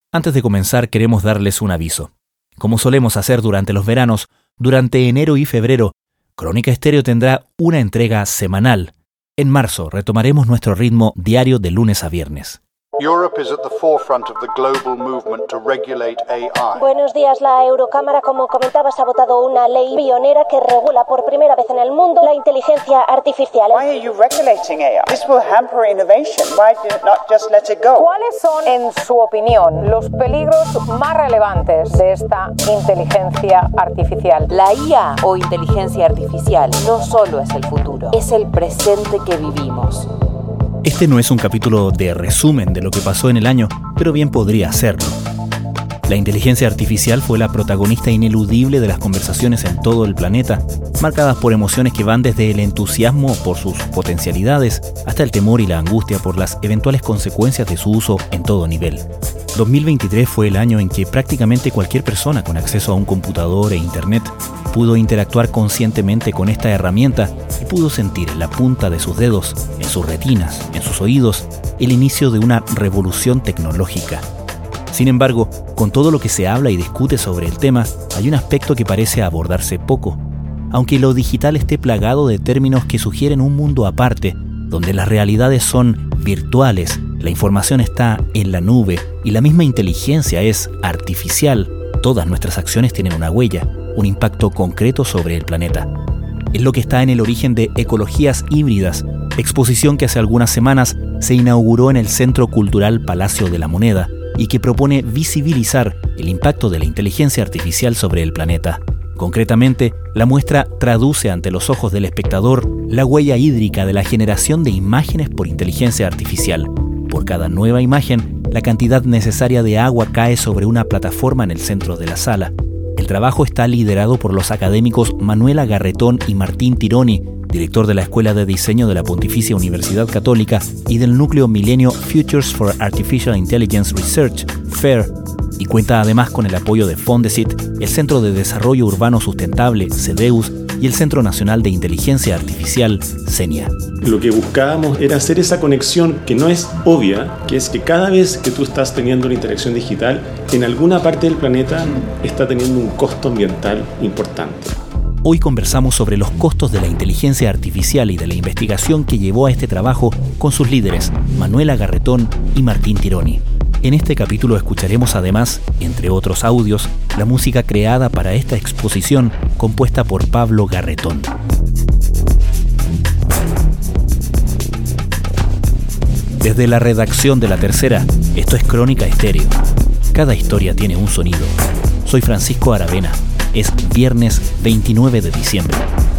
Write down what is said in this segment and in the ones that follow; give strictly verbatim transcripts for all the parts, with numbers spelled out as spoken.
Antes de comenzar, queremos darles un aviso. Como solemos hacer durante los veranos, durante enero y febrero, Crónica Estéreo tendrá una entrega semanal. En marzo retomaremos nuestro ritmo diario de lunes a viernes. Europe is at the forefront of the global movement to regulate A I. Buenos días. La Eurocámara, como comentabas, ha votado una ley pionera que regula por primera vez en el mundo la inteligencia artificial. Why are you regulating A I? This will hamper innovation. Why not just let it go? ¿Cuáles son, en su opinión, los peligros más relevantes de esta inteligencia artificial? La I A o inteligencia artificial no solo es el futuro, es el presente que vivimos. Este no es un capítulo de resumen de lo que pasó en el año, pero bien podría serlo. La inteligencia artificial fue la protagonista ineludible de las conversaciones en todo el planeta, marcadas por emociones que van desde el entusiasmo por sus potencialidades hasta el temor y la angustia por las eventuales consecuencias de su uso en todo nivel. dos mil veintitrés fue el año en que prácticamente cualquier persona con acceso a un computador e internet pudo interactuar conscientemente con esta herramienta y pudo sentir en la punta de sus dedos, en sus retinas, en sus oídos, el inicio de una revolución tecnológica. Sin embargo, con todo lo que se habla y discute sobre el tema, hay un aspecto que parece abordarse poco. Aunque lo digital esté plagado de términos que sugieren un mundo aparte, donde las realidades son virtuales, la información está en la nube y la misma inteligencia es artificial, todas nuestras acciones tienen una huella, un impacto concreto sobre el planeta. Es lo que está en el origen de Ecologías Híbridas, exposición que hace algunas semanas se inauguró en el Centro Cultural Palacio de la Moneda y que propone visibilizar el impacto de la inteligencia artificial sobre el planeta. Concretamente, la muestra traduce ante los ojos del espectador la huella hídrica de la generación de imágenes por inteligencia artificial. Por cada nueva imagen, la cantidad necesaria de agua cae sobre una plataforma en el centro de la sala. El trabajo está liderado por los académicos Manuela Garretón y Martín Tironi, director de la Escuela de Diseño de la Pontificia Universidad Católica y del núcleo Milenio Futures for Artificial Intelligence Research, FAIR, y cuenta además con el apoyo de Fondesit, el Centro de Desarrollo Urbano Sustentable, CEDEUS, y el Centro Nacional de Inteligencia Artificial, CENIA. Lo que buscábamos era hacer esa conexión que no es obvia, que es que cada vez que tú estás teniendo una interacción digital, en alguna parte del planeta está teniendo un costo ambiental importante. Hoy conversamos sobre los costos de la inteligencia artificial y de la investigación que llevó a este trabajo con sus líderes, Manuela Garretón y Martín Tironi. En este capítulo escucharemos además, entre otros audios, la música creada para esta exposición compuesta por Pablo Garretón. Desde la redacción de La Tercera, esto es Crónica Estéreo. Cada historia tiene un sonido. Soy Francisco Aravena. Es viernes veintinueve de diciembre.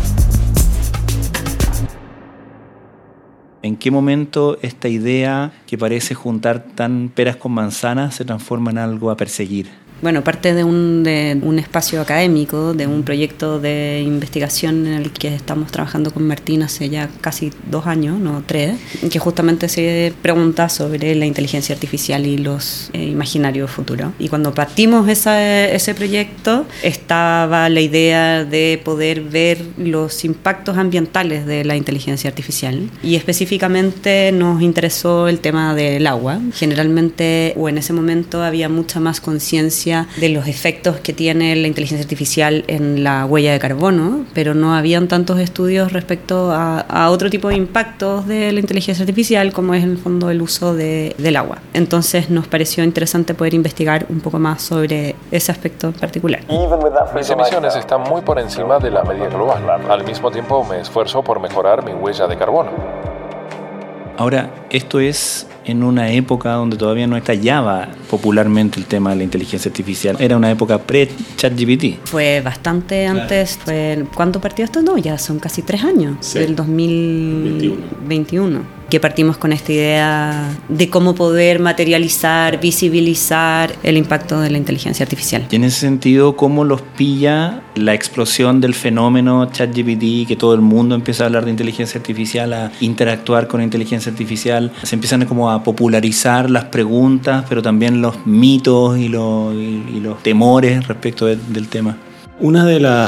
¿En qué momento esta idea que parece juntar tan peras con manzanas se transforma en algo a perseguir? Bueno, parte de un, de un espacio académico, de un proyecto de investigación en el que estamos trabajando con Martín hace ya casi dos años, no tres, que justamente se pregunta sobre la inteligencia artificial y los eh, imaginarios futuros. Y cuando partimos esa, ese proyecto, estaba la idea de poder ver los impactos ambientales de la inteligencia artificial. Y específicamente nos interesó el tema del agua. Generalmente, o en ese momento, había mucha más conciencia de los efectos que tiene la inteligencia artificial en la huella de carbono, pero no habían tantos estudios respecto a, a otro tipo de impactos de la inteligencia artificial, como es en el fondo el uso de, del agua. Entonces nos pareció interesante poder investigar un poco más sobre ese aspecto en particular. Mis emisiones están muy por encima de la media global. Al mismo tiempo me esfuerzo por mejorar mi huella de carbono. Ahora, esto es en una época donde todavía no estallaba popularmente el tema de la inteligencia artificial. Era una época pre-ChatGPT. Fue bastante antes. Fue, ¿cuándo partió esto? No, ya son casi tres años. Sí. Del dos mil veintiuno. Que partimos con esta idea de cómo poder materializar, visibilizar el impacto de la inteligencia artificial. Y en ese sentido, ¿cómo los pilla la explosión del fenómeno ChatGPT, que todo el mundo empieza a hablar de inteligencia artificial, a interactuar con inteligencia artificial? Se empiezan como a popularizar las preguntas, pero también los mitos y los, y, y los temores respecto de, del tema. Una de las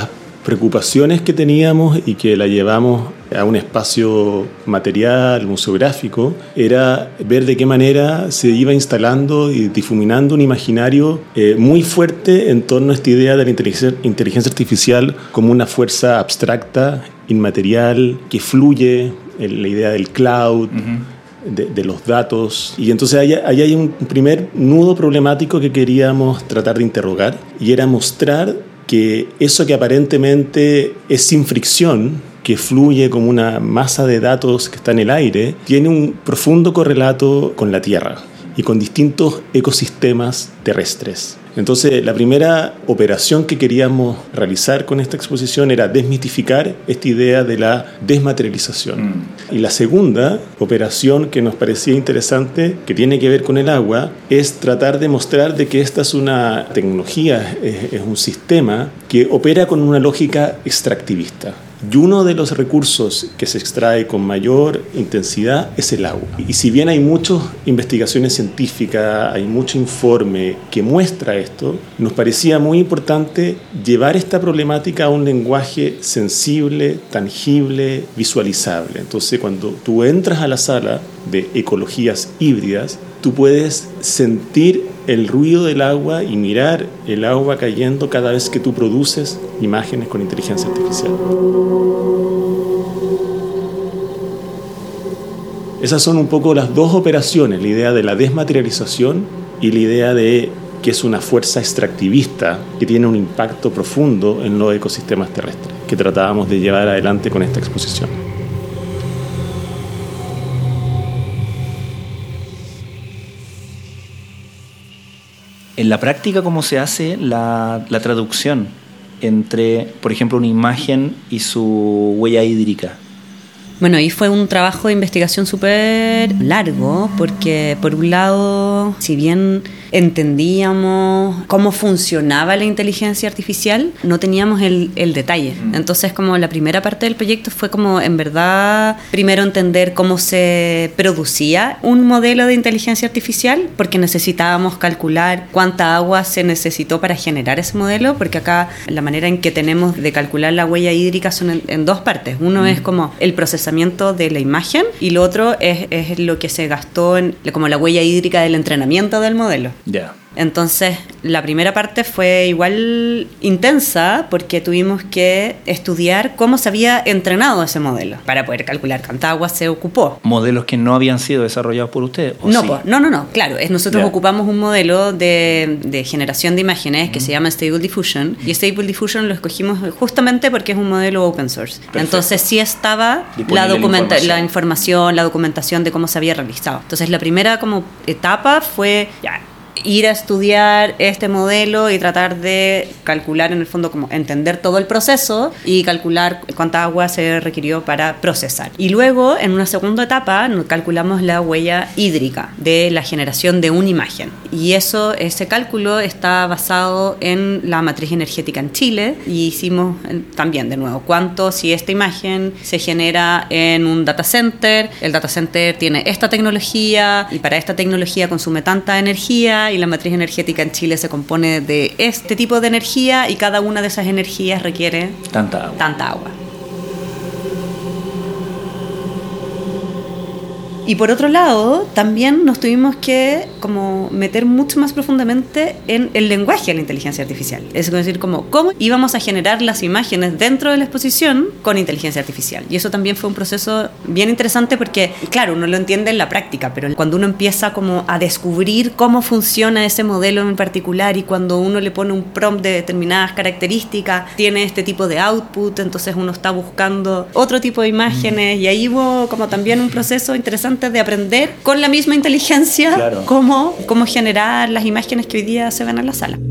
preocupaciones que teníamos y que la llevamos a un espacio material, museográfico, era ver de qué manera se iba instalando y difuminando un imaginario eh, muy fuerte en torno a esta idea de la inteligencia, inteligencia artificial como una fuerza abstracta, inmaterial, que fluye, en la idea del cloud, uh-huh. de, de los datos. Y entonces ahí, ahí hay un primer nudo problemático que queríamos tratar de interrogar, y era mostrar que eso que aparentemente es sin fricción, que fluye como una masa de datos que está en el aire, tiene un profundo correlato con la Tierra y con distintos ecosistemas terrestres. Entonces, la primera operación que queríamos realizar con esta exposición era desmitificar esta idea de la desmaterialización. Mm. Y la segunda operación que nos parecía interesante, que tiene que ver con el agua, es tratar de mostrar de que esta es una tecnología, es, es un sistema que opera con una lógica extractivista. Y uno de los recursos que se extrae con mayor intensidad es el agua. Y si bien hay muchas investigaciones científicas, hay mucho informe que muestra esto, nos parecía muy importante llevar esta problemática a un lenguaje sensible, tangible, visualizable. Entonces, cuando tú entras a la sala de ecologías híbridas, tú puedes sentir el ruido del agua y mirar el agua cayendo cada vez que tú produces imágenes con inteligencia artificial. Esas son un poco las dos operaciones, la idea de la desmaterialización y la idea de que es una fuerza extractivista que tiene un impacto profundo en los ecosistemas terrestres, que tratábamos de llevar adelante con esta exposición. En la práctica, ¿cómo se hace la, la traducción entre, por ejemplo, una imagen y su huella hídrica? Bueno, ahí fue un trabajo de investigación súper largo, porque por un lado, si bien entendíamos cómo funcionaba la inteligencia artificial, no teníamos el, el detalle. Entonces, como la primera parte del proyecto fue como, en verdad, primero entender cómo se producía un modelo de inteligencia artificial, porque necesitábamos calcular cuánta agua se necesitó para generar ese modelo, porque acá la manera en que tenemos de calcular la huella hídrica son en, en dos partes. Uno mm. es como el procesamiento de la imagen, y lo otro es, es lo que se gastó en como la huella hídrica del entrenamiento del modelo. Ya. Yeah. Entonces, la primera parte fue igual intensa, porque tuvimos que estudiar cómo se había entrenado ese modelo para poder calcular cuánta agua se ocupó. ¿Modelos que no habían sido desarrollados por ustedes? No, sí? pues, no, no, no, claro. Es, nosotros yeah. ocupamos un modelo de, de generación de imágenes que mm. se llama Stable Diffusion, y Stable Diffusion lo escogimos justamente porque es un modelo open source. Perfecto. Entonces, sí estaba la, documenta- la, información. la información, la documentación de cómo se había realizado. Entonces, la primera como etapa fue ya, ir a estudiar este modelo y tratar de calcular, en el fondo, como entender todo el proceso y calcular cuánta agua se requirió para procesar. Y luego, en una segunda etapa, calculamos la huella hídrica de la generación de una imagen. Y eso, ese cálculo está basado en la matriz energética en Chile, y hicimos también, de nuevo, cuánto si esta imagen se genera en un data center, el data center tiene esta tecnología y para esta tecnología consume tanta energía, y la matriz energética en Chile se compone de este tipo de energía, y cada una de esas energías requiere tanta agua. Tanta agua. Y por otro lado, también nos tuvimos que como meter mucho más profundamente en el lenguaje de la inteligencia artificial. Es decir, como cómo íbamos a generar las imágenes dentro de la exposición con inteligencia artificial. Y eso también fue un proceso bien interesante, porque, claro, uno lo entiende en la práctica, pero cuando uno empieza como a descubrir cómo funciona ese modelo en particular, y cuando uno le pone un prompt de determinadas características, tiene este tipo de output, entonces uno está buscando otro tipo de imágenes, y ahí hubo como también un proceso interesante de aprender con la misma inteligencia, claro, cómo, cómo generar las imágenes que hoy día se ven en la sala.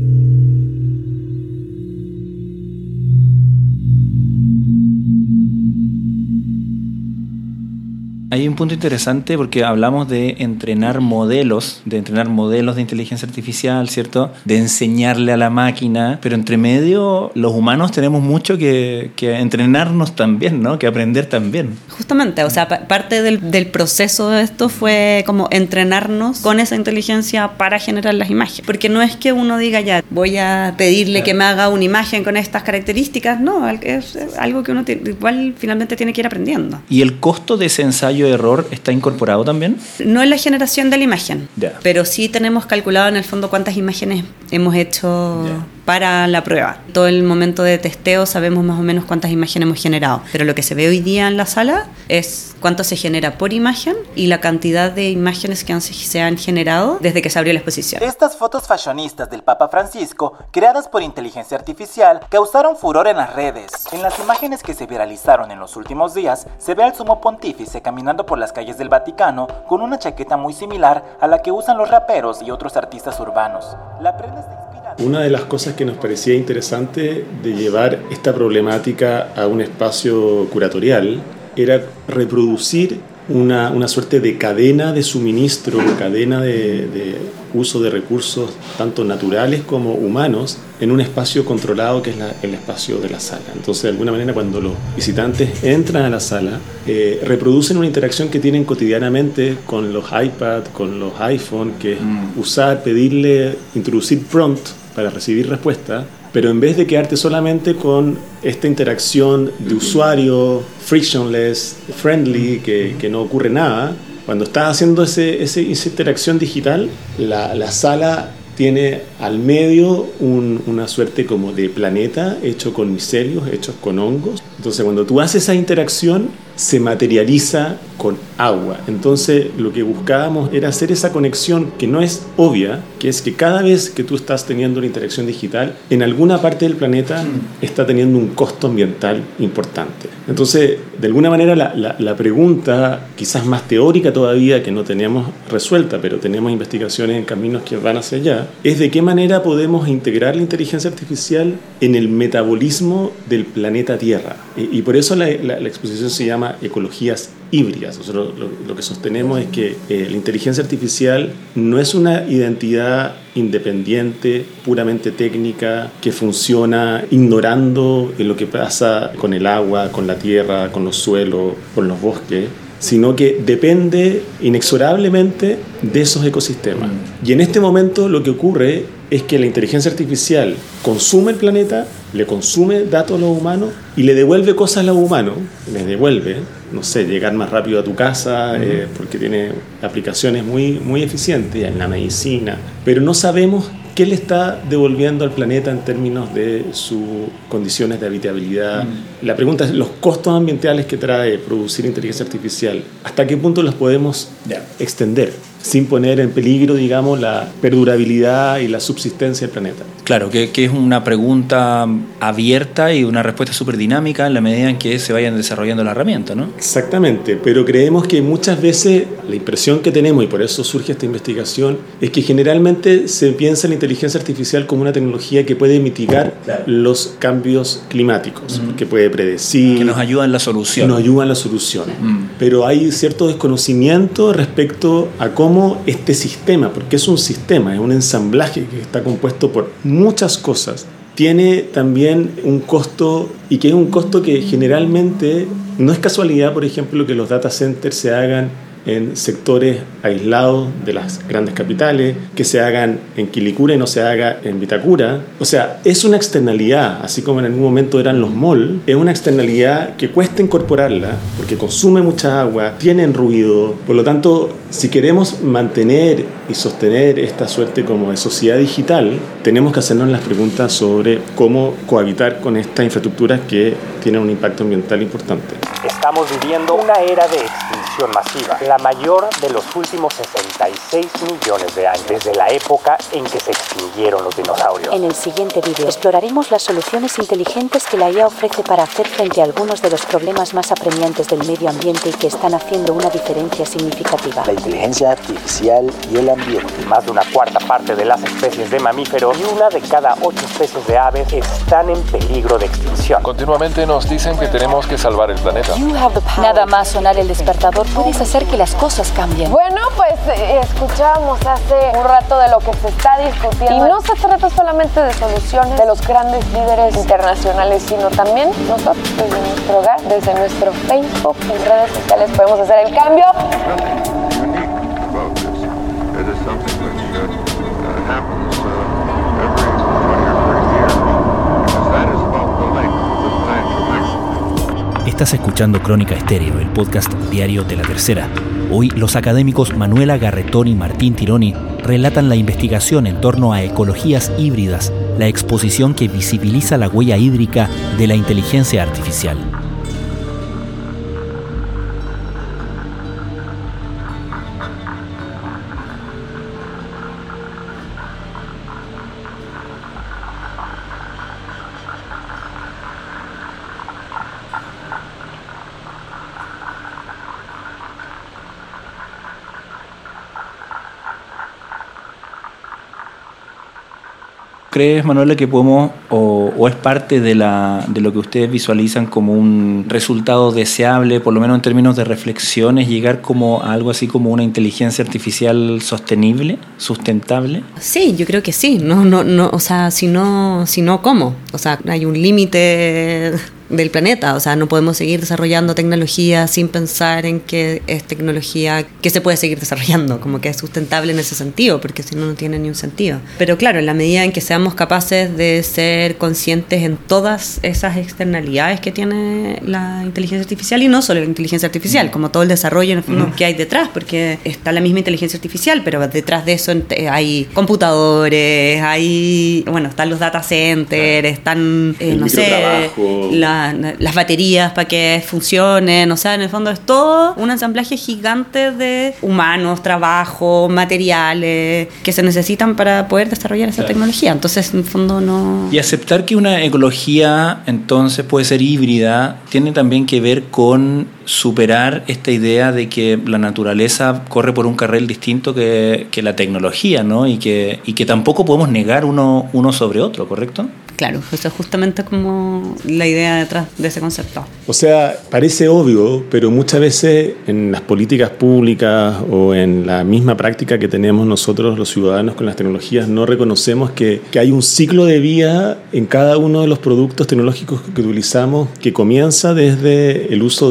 Hay un punto interesante porque hablamos de entrenar modelos, de entrenar modelos de inteligencia artificial, ¿cierto? De enseñarle a la máquina, pero entre medio los humanos tenemos mucho que, que entrenarnos también, ¿no? Que aprender también. Justamente, o sea, pa- parte del, del proceso de esto fue como entrenarnos con esa inteligencia para generar las imágenes. Porque no es que uno diga ya, voy a pedirle que me haga una imagen con estas características, no, es, es algo que uno t- igual finalmente tiene que ir aprendiendo. ¿Y el costo de ese ensayo-error está incorporado también? No es la generación de la imagen, Ya. pero sí tenemos calculado en el fondo cuántas imágenes hemos hecho Ya. para la prueba. Todo el momento de testeo sabemos más o menos cuántas imágenes hemos generado, pero lo que se ve hoy día en la sala es cuánto se genera por imagen y la cantidad de imágenes que han, se han generado desde que se abrió la exposición. Estas fotos fashionistas del Papa Francisco, creadas por inteligencia artificial, causaron furor en las redes. En las imágenes que se viralizaron en los últimos días, se ve al sumo pontífice caminando por las calles del Vaticano con una chaqueta muy similar a la que usan los raperos y otros artistas urbanos. La prenda está inspirada. Una de las cosas que nos parecía interesante de llevar esta problemática a un espacio curatorial era reproducir una, una suerte de cadena de suministro, cadena de, de uso de recursos tanto naturales como humanos en un espacio controlado que es la, el espacio de la sala. Entonces, de alguna manera, cuando los visitantes entran a la sala, eh, reproducen una interacción que tienen cotidianamente con los iPad, con los iPhone, que es mm. usar, pedirle, introducir prompt para recibir respuesta, pero en vez de quedarte solamente con esta interacción de usuario, frictionless, friendly, que, que no ocurre nada, cuando estás haciendo ese, ese, esa interacción digital, la, la sala tiene al medio un, una suerte como de planeta hecho con micelios, hechos con hongos. Entonces, cuando tú haces esa interacción, se materializa con agua. Entonces, lo que buscábamos era hacer esa conexión que no es obvia, que es que cada vez que tú estás teniendo una interacción digital, en alguna parte del planeta está teniendo un costo ambiental importante. Entonces, de alguna manera, la, la, la pregunta, quizás más teórica todavía, que no teníamos resuelta, pero tenemos investigaciones en caminos que van hacia allá, es de qué manera podemos integrar la inteligencia artificial en el metabolismo del planeta Tierra. Y, y por eso la, la, la exposición se llama ecologías híbridas. Nosotros lo, lo que sostenemos es que eh, la inteligencia artificial no es una identidad independiente, puramente técnica, que funciona ignorando lo que pasa con el agua, con la tierra, con los suelos, con los bosques, sino que depende inexorablemente de esos ecosistemas. Y en este momento lo que ocurre es que la inteligencia artificial consume el planeta, le consume datos a los humanos y le devuelve cosas a los humanos. Les devuelve, no sé, llegar más rápido a tu casa, uh-huh. eh, porque tiene aplicaciones muy, muy eficientes en la medicina, pero no sabemos qué le está devolviendo al planeta en términos de sus condiciones de habitabilidad. Mm. La pregunta es los costos ambientales que trae producir inteligencia artificial, ¿hasta qué punto los podemos yeah. extender sin poner en peligro, digamos, la perdurabilidad y la subsistencia del planeta? Claro, que, que es una pregunta abierta y una respuesta súper dinámica en la medida en que se vayan desarrollando la herramienta, ¿no? Exactamente, pero creemos que muchas veces la impresión que tenemos, y por eso surge esta investigación, es que generalmente se piensa en la inteligencia artificial como una tecnología que puede mitigar claro. los cambios climáticos, mm. que puede predecir... Que nos ayuda en la solución. Nos ayuda en la solución. Mm. Pero hay cierto desconocimiento respecto a cómo este sistema, porque es un sistema, es un ensamblaje que está compuesto por muchas cosas, tiene también un costo, y que es un costo que generalmente no es casualidad, por ejemplo, que los data centers se hagan en sectores aislados de las grandes capitales, que se hagan en Quilicura y no se haga en Vitacura. O sea, es una externalidad, así como en algún momento eran los malls, es una externalidad que cuesta incorporarla, porque consume mucha agua, tienen ruido. Por lo tanto, si queremos mantener y sostener esta suerte como de sociedad digital, tenemos que hacernos las preguntas sobre cómo cohabitar con estas infraestructuras que tienen un impacto ambiental importante. Estamos viviendo una era de extinción masiva, la mayor de los últimos sesenta y seis millones de años, desde la época en que se extinguieron los dinosaurios. En el siguiente vídeo exploraremos las soluciones inteligentes que la I A ofrece para hacer frente a algunos de los problemas más apremiantes del medio ambiente y que están haciendo una diferencia significativa. La inteligencia artificial y el ambiente. Más de una cuarta parte de las especies de mamíferos y una de cada ocho especies de aves están en peligro de extinción. Continuamente nos dicen que tenemos que salvar el planeta. Nada más sonar el despertador puedes hacer que las cosas cambien. Bueno, pues eh, escuchábamos hace un rato de lo que se está discutiendo. Y no se trata solamente de soluciones de los grandes líderes internacionales, sino también nosotros desde nuestro hogar, desde nuestro Facebook y redes sociales podemos hacer el cambio. Estás escuchando Crónica Estéreo, el podcast diario de La Tercera. Hoy los académicos Manuela Garretón y Martín Tironi relatan la investigación en torno a ecologías híbridas, la exposición que visibiliza la huella hídrica de la inteligencia artificial. ¿Crees, Manuela, que podemos, o, o es parte de, la, de lo que ustedes visualizan como un resultado deseable, por lo menos en términos de reflexiones, llegar como a algo así como una inteligencia artificial sostenible, sustentable? Sí, yo creo que sí. No, no, no, o sea, si no, si no, ¿cómo? O sea, hay un límite del planeta, o sea, no podemos seguir desarrollando tecnología sin pensar en que es tecnología que se puede seguir desarrollando, como que es sustentable en ese sentido, porque si no, no tiene ni un sentido. Pero claro, en la medida en que seamos capaces de ser conscientes en todas esas externalidades que tiene la inteligencia artificial, y no solo la inteligencia artificial, como todo el desarrollo en el fondo que hay detrás, porque está la misma inteligencia artificial, pero detrás de eso hay computadores, hay, bueno, están los data centers, están, eh, no sé, la las baterías para que funcionen, o sea, en el fondo es todo un ensamblaje gigante de humanos, trabajo, materiales que se necesitan para poder desarrollar esa claro. tecnología. Entonces, en el fondo no... Y aceptar que una ecología entonces puede ser híbrida tiene también que ver con superar esta idea de que la naturaleza corre por un carril distinto que, que la tecnología, ¿no? Y que, y que tampoco podemos negar uno, uno sobre otro, ¿correcto? Claro, eso es justamente como la idea detrás de ese concepto. O sea, parece obvio, pero muchas veces en las políticas públicas o en la misma práctica que tenemos nosotros los ciudadanos con las tecnologías no reconocemos que, que hay un ciclo de vida en cada uno de los productos tecnológicos que utilizamos que comienza desde el uso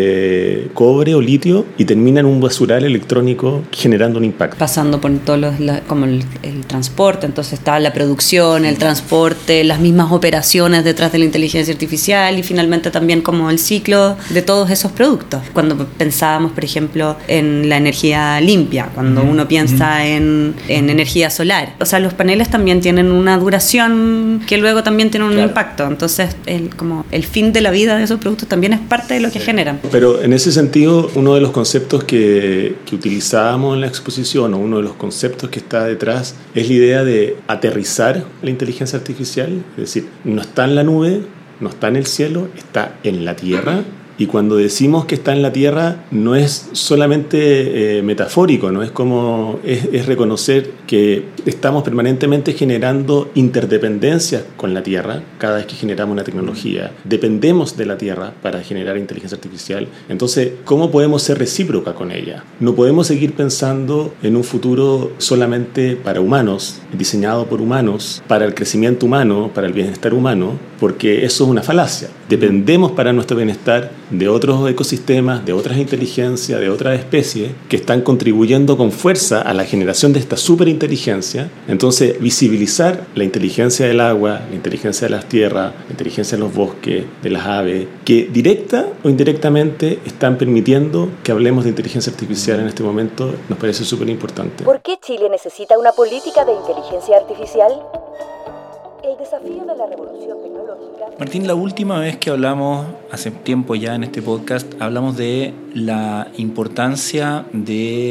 de cobre o litio y termina en un basural electrónico generando un impacto. Pasando por todos los, la, como el, el transporte, entonces está la producción, el transporte, las mismas operaciones detrás de la inteligencia artificial y finalmente también como el ciclo de todos esos productos. Cuando pensábamos, por ejemplo, en la energía limpia, cuando uno piensa en, en energía solar, o sea, los paneles también tienen una duración que luego también tiene un claro. impacto, entonces el, como el fin de la vida de esos productos también es parte de lo que sí. generan. Pero en ese sentido, uno de los conceptos que, que utilizábamos en la exposición o uno de los conceptos que está detrás es la idea de aterrizar la inteligencia artificial. Es decir, no está en la nube, no está en el cielo, está en la tierra. Y cuando decimos que está en la tierra no es solamente eh, metafórico, no es como es, es reconocer que estamos permanentemente generando interdependencias con la tierra cada vez que generamos una tecnología. Dependemos de la tierra para generar inteligencia artificial. Entonces, ¿cómo podemos ser recíproca con ella? No podemos seguir pensando en un futuro solamente para humanos, diseñado por humanos, para el crecimiento humano, para el bienestar humano, porque eso es una falacia. Dependemos para nuestro bienestar de otros ecosistemas, de otras inteligencias, de otras especies que están contribuyendo con fuerza a la generación de esta superinteligencia. Entonces, visibilizar la inteligencia del agua, la inteligencia de las tierras, la inteligencia de los bosques, de las aves, que directa o indirectamente están permitiendo que hablemos de inteligencia artificial en este momento, nos parece súper importante. ¿Por qué Chile necesita una política de inteligencia artificial? El desafío de la revolución tecnológica... Martín, la última vez que hablamos, hace tiempo ya en este podcast, hablamos de la importancia de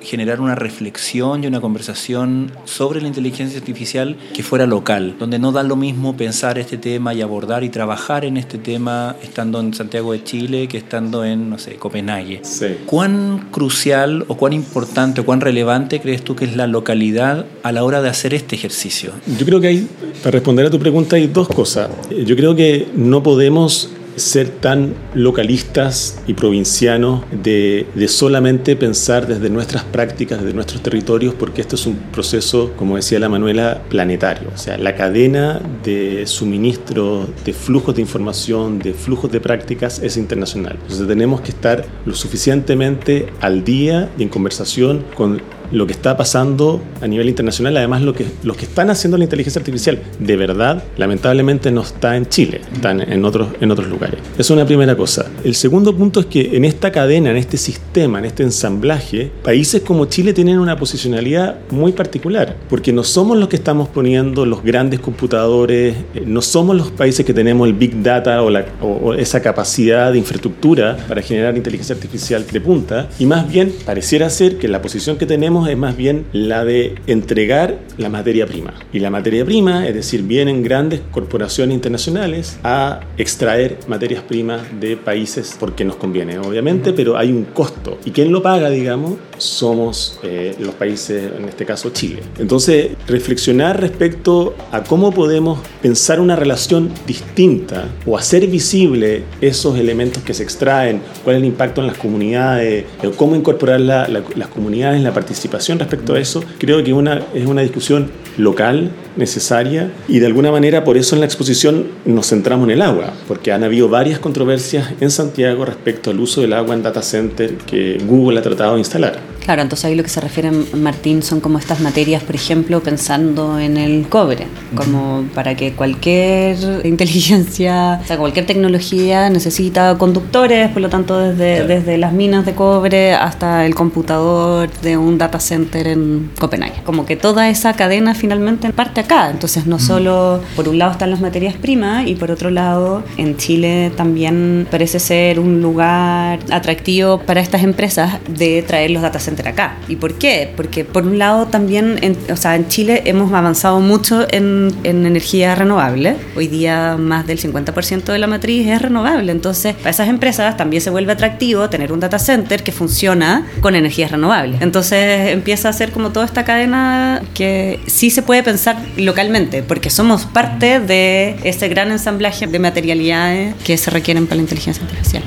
generar una reflexión y una conversación sobre la inteligencia artificial que fuera local, donde no da lo mismo pensar este tema y abordar y trabajar en este tema estando en Santiago de Chile que estando en, no sé, Copenhague. Sí. ¿Cuán crucial o cuán importante o cuán relevante crees tú que es la localidad a la hora de hacer este ejercicio? Yo creo que hay, para responder a tu pregunta, hay dos cosas. Yo creo que no podemos ser tan localistas y provincianos de, de solamente pensar desde nuestras prácticas, desde nuestros territorios, porque esto es un proceso, como decía la Manuela, planetario. O sea, la cadena de suministro, de flujos de información, de flujos de prácticas es internacional. Entonces tenemos que estar lo suficientemente al día y en conversación con lo que está pasando a nivel internacional. Además, lo que, los que están haciendo la inteligencia artificial de verdad, lamentablemente no está en Chile, están en otros, en otros lugares. Esa es una primera cosa. El segundo punto es que en esta cadena, en este sistema, en este ensamblaje, países como Chile tienen una posicionalidad muy particular, porque no somos los que estamos poniendo los grandes computadores, no somos los países que tenemos el Big Data o, la, o, o esa capacidad de infraestructura para generar inteligencia artificial de punta, y más bien pareciera ser que la posición que tenemos es más bien la de entregar la materia prima. Y la materia prima, es decir, vienen grandes corporaciones internacionales a extraer materias primas de países porque nos conviene, obviamente, pero hay un costo. ¿Y quién lo paga, digamos? Somos eh, los países, en este caso Chile. Entonces, reflexionar respecto a cómo podemos pensar una relación distinta o hacer visible esos elementos que se extraen, cuál es el impacto en las comunidades, cómo incorporar la, la, las comunidades en la participación respecto a eso, creo que una, es una discusión local, necesaria, y de alguna manera por eso en la exposición nos centramos en el agua, porque han habido varias controversias en Santiago respecto al uso del agua en data center que Google ha tratado de instalar. Claro, entonces ahí lo que se refiere, Martín, son como estas materias, por ejemplo, pensando en el cobre, como para que cualquier inteligencia, o sea, cualquier tecnología necesita conductores, por lo tanto, desde, claro. desde las minas de cobre hasta el computador de un data center en Copenhague. Como que toda esa cadena finalmente parte acá. Entonces, no solo, por un lado están las materias primas y por otro lado, en Chile también parece ser un lugar atractivo para estas empresas de traer los data centers acá. ¿Y por qué? Porque por un lado también, en, o sea, en Chile hemos avanzado mucho en, en energía renovable. Hoy día más del cincuenta por ciento de la matriz es renovable. Entonces, para esas empresas también se vuelve atractivo tener un data center que funciona con energías renovables. Entonces, empieza a ser como toda esta cadena que sí se puede pensar localmente, porque somos parte de ese gran ensamblaje de materialidades que se requieren para la inteligencia artificial.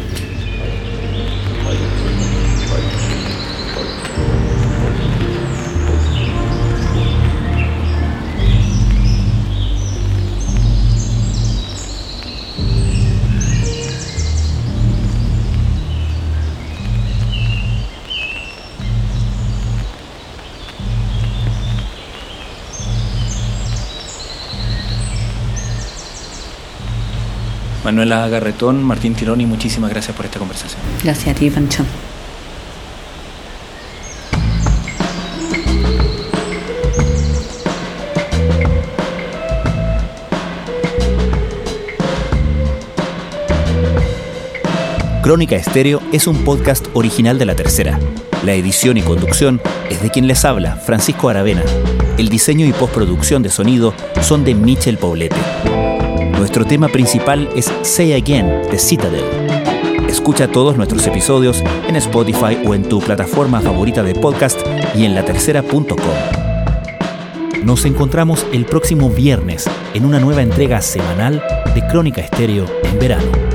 Manuela Garretón, Martín Tironi, muchísimas gracias por esta conversación. Gracias a ti, Pancho. Crónica Estéreo es un podcast original de La Tercera. La edición y conducción es de quien les habla, Francisco Aravena. El diseño y postproducción de sonido son de Michel Poblete. Nuestro tema principal es Say Again, de Citadel. Escucha todos nuestros episodios en Spotify o en tu plataforma favorita de podcast y en la tercera punto com. Nos encontramos el próximo viernes en una nueva entrega semanal de Crónica Estéreo en verano.